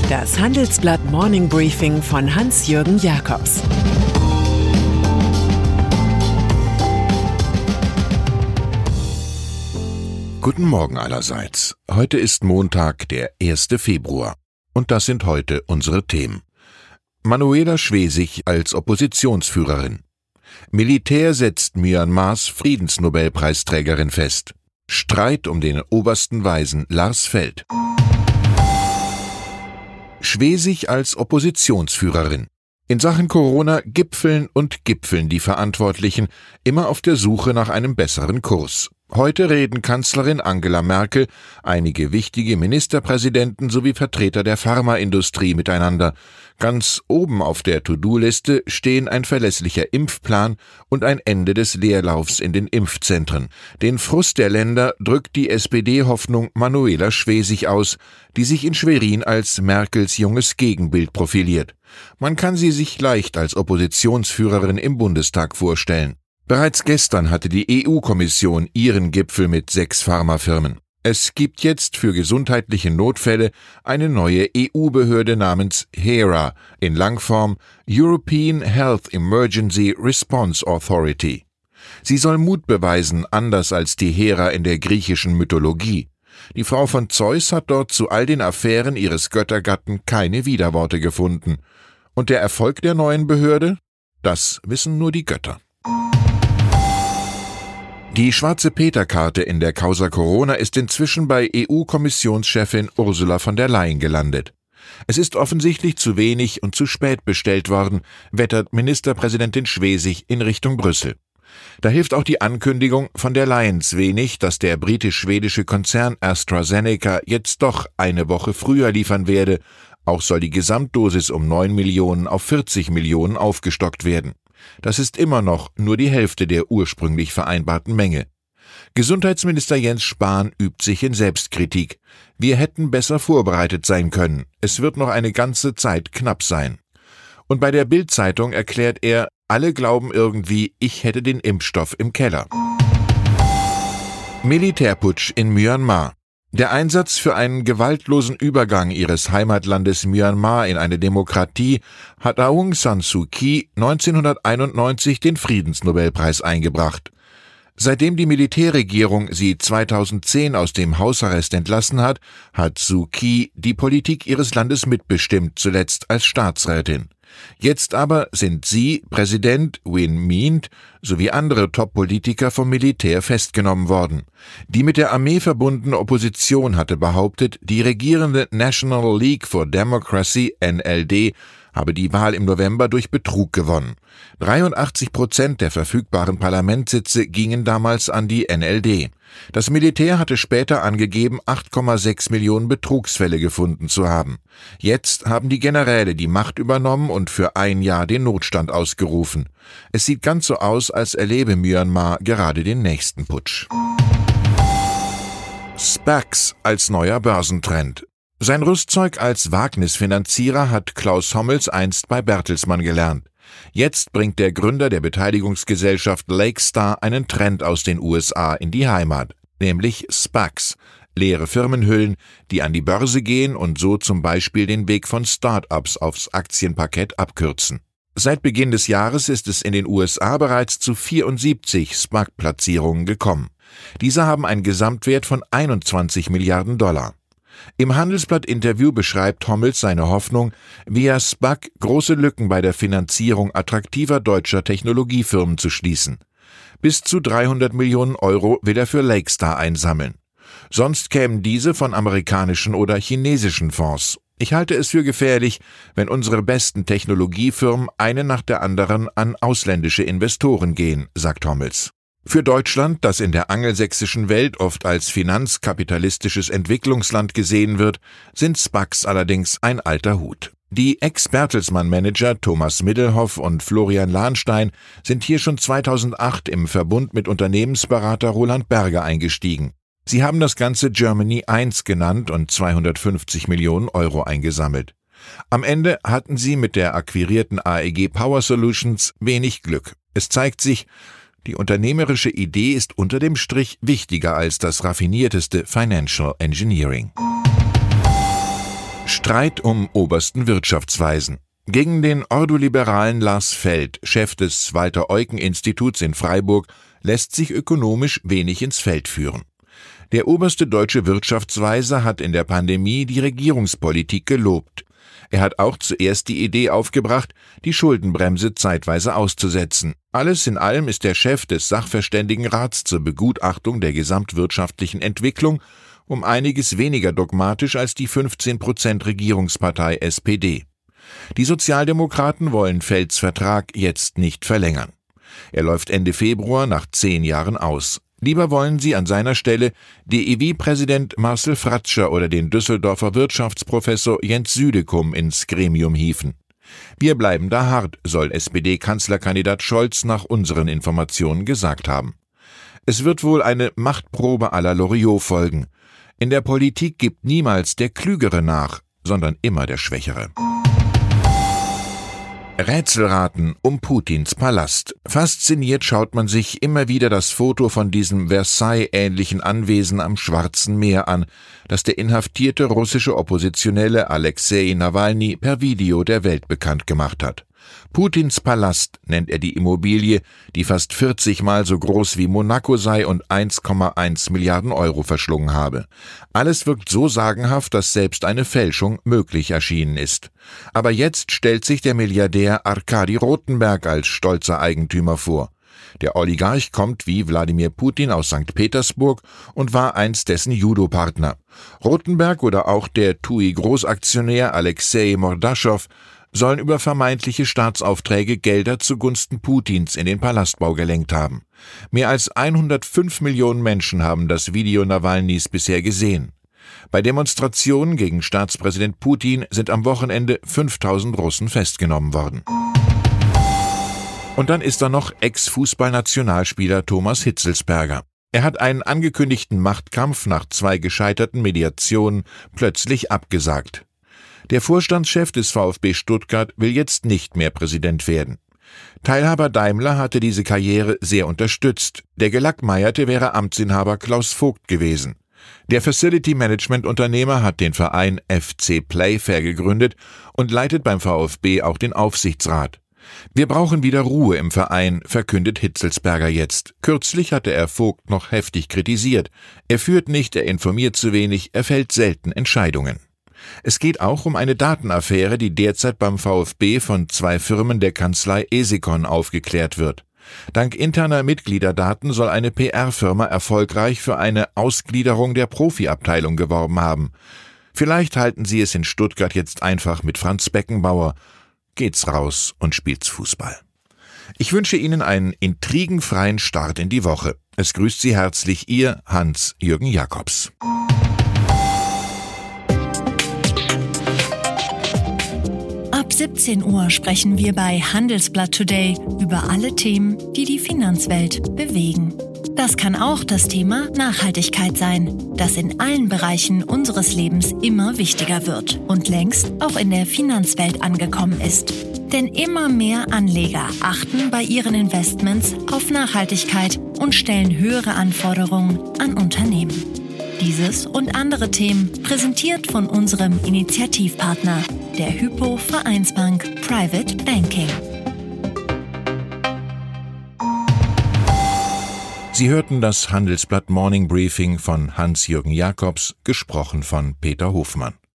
Das Handelsblatt Morning Briefing von Hans-Jürgen Jakobs. Guten Morgen allerseits. Heute ist Montag, der 1. Februar. Und das sind heute unsere Themen. Manuela Schwesig als Oppositionsführerin. Militär setzt Myanmars Friedensnobelpreisträgerin fest. Streit um den obersten Weisen Lars Feld. Schwesig als Oppositionsführerin. In Sachen Corona gipfeln die Verantwortlichen, immer auf der Suche nach einem besseren Kurs. Heute reden Kanzlerin Angela Merkel, einige wichtige Ministerpräsidenten sowie Vertreter der Pharmaindustrie miteinander. Ganz oben auf der To-Do-Liste stehen ein verlässlicher Impfplan und ein Ende des Leerlaufs in den Impfzentren. Den Frust der Länder drückt die SPD-Hoffnung Manuela Schwesig aus, die sich in Schwerin als Merkels junges Gegenbild profiliert. Man kann sie sich leicht als Oppositionsführerin im Bundestag vorstellen. Bereits gestern hatte die EU-Kommission ihren Gipfel mit 6 Pharmafirmen. Es gibt jetzt für gesundheitliche Notfälle eine neue EU-Behörde namens HERA, in Langform European Health Emergency Response Authority. Sie soll Mut beweisen, anders als die Hera in der griechischen Mythologie. Die Frau von Zeus hat dort zu all den Affären ihres Göttergatten keine Widerworte gefunden. Und der Erfolg der neuen Behörde? Das wissen nur die Götter. Die schwarze Peter-Karte in der Causa Corona ist inzwischen bei EU-Kommissionschefin Ursula von der Leyen gelandet. Es ist offensichtlich zu wenig und zu spät bestellt worden, wettert Ministerpräsidentin Schwesig in Richtung Brüssel. Da hilft auch die Ankündigung von der Leyens wenig, dass der britisch-schwedische Konzern AstraZeneca jetzt doch eine Woche früher liefern werde. Auch soll die Gesamtdosis um 9 Millionen auf 40 Millionen aufgestockt werden. Das ist immer noch nur die Hälfte der ursprünglich vereinbarten Menge. Gesundheitsminister Jens Spahn übt sich in Selbstkritik. Wir hätten besser vorbereitet sein können. Es wird noch eine ganze Zeit knapp sein. Und bei der Bild-Zeitung erklärt er, alle glauben irgendwie, ich hätte den Impfstoff im Keller. Militärputsch in Myanmar. Der Einsatz für einen gewaltlosen Übergang ihres Heimatlandes Myanmar in eine Demokratie hat Aung San Suu Kyi 1991 den Friedensnobelpreis eingebracht. Seitdem die Militärregierung sie 2010 aus dem Hausarrest entlassen hat, hat Suu Kyi die Politik ihres Landes mitbestimmt, zuletzt als Staatsrätin. Jetzt aber sind sie, Präsident Win Myint sowie andere Top-Politiker vom Militär festgenommen worden. Die mit der Armee verbundene Opposition hatte behauptet, die regierende National League for Democracy, NLD, habe die Wahl im November durch Betrug gewonnen. 83% der verfügbaren Parlamentssitze gingen damals an die NLD. Das Militär hatte später angegeben, 8,6 Millionen Betrugsfälle gefunden zu haben. Jetzt haben die Generäle die Macht übernommen und für ein Jahr den Notstand ausgerufen. Es sieht ganz so aus, als erlebe Myanmar gerade den nächsten Putsch. SPACs als neuer Börsentrend. Sein Rüstzeug als Wagnisfinanzierer hat Klaus Hommels einst bei Bertelsmann gelernt. Jetzt bringt der Gründer der Beteiligungsgesellschaft Lakestar einen Trend aus den USA in die Heimat, nämlich SPACs, leere Firmenhüllen, die an die Börse gehen und so zum Beispiel den Weg von Start-ups aufs Aktienparkett abkürzen. Seit Beginn des Jahres ist es in den USA bereits zu 74 SPAC-Platzierungen gekommen. Diese haben einen Gesamtwert von 21 Milliarden $. Im Handelsblatt-Interview beschreibt Hommels seine Hoffnung, via SPAC große Lücken bei der Finanzierung attraktiver deutscher Technologiefirmen zu schließen. Bis zu 300 Millionen € will er für Lakestar einsammeln. Sonst kämen diese von amerikanischen oder chinesischen Fonds. Ich halte es für gefährlich, wenn unsere besten Technologiefirmen eine nach der anderen an ausländische Investoren gehen, sagt Hommels. Für Deutschland, das in der angelsächsischen Welt oft als finanzkapitalistisches Entwicklungsland gesehen wird, sind SPACs allerdings ein alter Hut. Die Ex-Bertelsmann-Manager Thomas Middelhoff und Florian Lahnstein sind hier schon 2008 im Verbund mit Unternehmensberater Roland Berger eingestiegen. Sie haben das Ganze Germany 1 genannt und 250 Millionen € eingesammelt. Am Ende hatten sie mit der akquirierten AEG Power Solutions wenig Glück. Es zeigt sich, die unternehmerische Idee ist unter dem Strich wichtiger als das raffinierteste Financial Engineering. Streit um obersten Wirtschaftsweisen. Gegen den Ordoliberalen Lars Feld, Chef des Walter-Eucken-Instituts in Freiburg, lässt sich ökonomisch wenig ins Feld führen. Der oberste deutsche Wirtschaftsweise hat in der Pandemie die Regierungspolitik gelobt. Er hat auch zuerst die Idee aufgebracht, die Schuldenbremse zeitweise auszusetzen. Alles in allem ist der Chef des Sachverständigenrats zur Begutachtung der gesamtwirtschaftlichen Entwicklung um einiges weniger dogmatisch als die 15% Regierungspartei SPD. Die Sozialdemokraten wollen Felds Vertrag jetzt nicht verlängern. Er läuft Ende Februar nach 10 Jahren aus. Lieber wollen sie an seiner Stelle DIW-Präsident Marcel Fratscher oder den Düsseldorfer Wirtschaftsprofessor Jens Südekum ins Gremium hieven. Wir bleiben da hart, soll SPD-Kanzlerkandidat Scholz nach unseren Informationen gesagt haben. Es wird wohl eine Machtprobe à la Loriot folgen. In der Politik gibt niemals der Klügere nach, sondern immer der Schwächere. Rätselraten um Putins Palast. Fasziniert schaut man sich immer wieder das Foto von diesem Versailles-ähnlichen Anwesen am Schwarzen Meer an, das der inhaftierte russische Oppositionelle Alexei Nawalny per Video der Welt bekannt gemacht hat. Putins Palast nennt er die Immobilie, die fast 40 Mal so groß wie Monaco sei und 1,1 Milliarden Euro verschlungen habe. Alles wirkt so sagenhaft, dass selbst eine Fälschung möglich erschienen ist. Aber jetzt stellt sich der Milliardär Arkadi Rotenberg als stolzer Eigentümer vor. Der Oligarch kommt wie Wladimir Putin aus St. Petersburg und war einst dessen Judo-Partner. Rotenberg oder auch der TUI-Großaktionär Alexei Mordaschow sollen über vermeintliche Staatsaufträge Gelder zugunsten Putins in den Palastbau gelenkt haben. Mehr als 105 Millionen Menschen haben das Video Nawalnys bisher gesehen. Bei Demonstrationen gegen Staatspräsident Putin sind am Wochenende 5000 Russen festgenommen worden. Und dann ist da noch Ex-Fußballnationalspieler Thomas Hitzelsperger. Er hat einen angekündigten Machtkampf nach 2 gescheiterten Mediationen plötzlich abgesagt. Der Vorstandschef des VfB Stuttgart will jetzt nicht mehr Präsident werden. Teilhaber Daimler hatte diese Karriere sehr unterstützt. Der Gelackmeierte wäre Amtsinhaber Klaus Vogt gewesen. Der Facility-Management-Unternehmer hat den Verein FC Playfair gegründet und leitet beim VfB auch den Aufsichtsrat. Wir brauchen wieder Ruhe im Verein, verkündet Hitzelsperger jetzt. Kürzlich hatte er Vogt noch heftig kritisiert. Er führt nicht, er informiert zu wenig, er fällt selten Entscheidungen. Es geht auch um eine Datenaffäre, die derzeit beim VfB von 2 Firmen der Kanzlei Esikon aufgeklärt wird. Dank interner Mitgliederdaten soll eine PR-Firma erfolgreich für eine Ausgliederung der Profiabteilung geworben haben. Vielleicht halten sie es in Stuttgart jetzt einfach mit Franz Beckenbauer. Geht's raus und spielt's Fußball. Ich wünsche Ihnen einen intrigenfreien Start in die Woche. Es grüßt Sie herzlich Ihr Hans-Jürgen Jakobs. Ab 17 Uhr sprechen wir bei Handelsblatt Today über alle Themen, die die Finanzwelt bewegen. Das kann auch das Thema Nachhaltigkeit sein, das in allen Bereichen unseres Lebens immer wichtiger wird und längst auch in der Finanzwelt angekommen ist. Denn immer mehr Anleger achten bei ihren Investments auf Nachhaltigkeit und stellen höhere Anforderungen an Unternehmen. Dieses und andere Themen präsentiert von unserem Initiativpartner, der Hypo Vereinsbank Private Banking. Sie hörten das Handelsblatt Morning Briefing von Hans-Jürgen Jakobs, gesprochen von Peter Hofmann.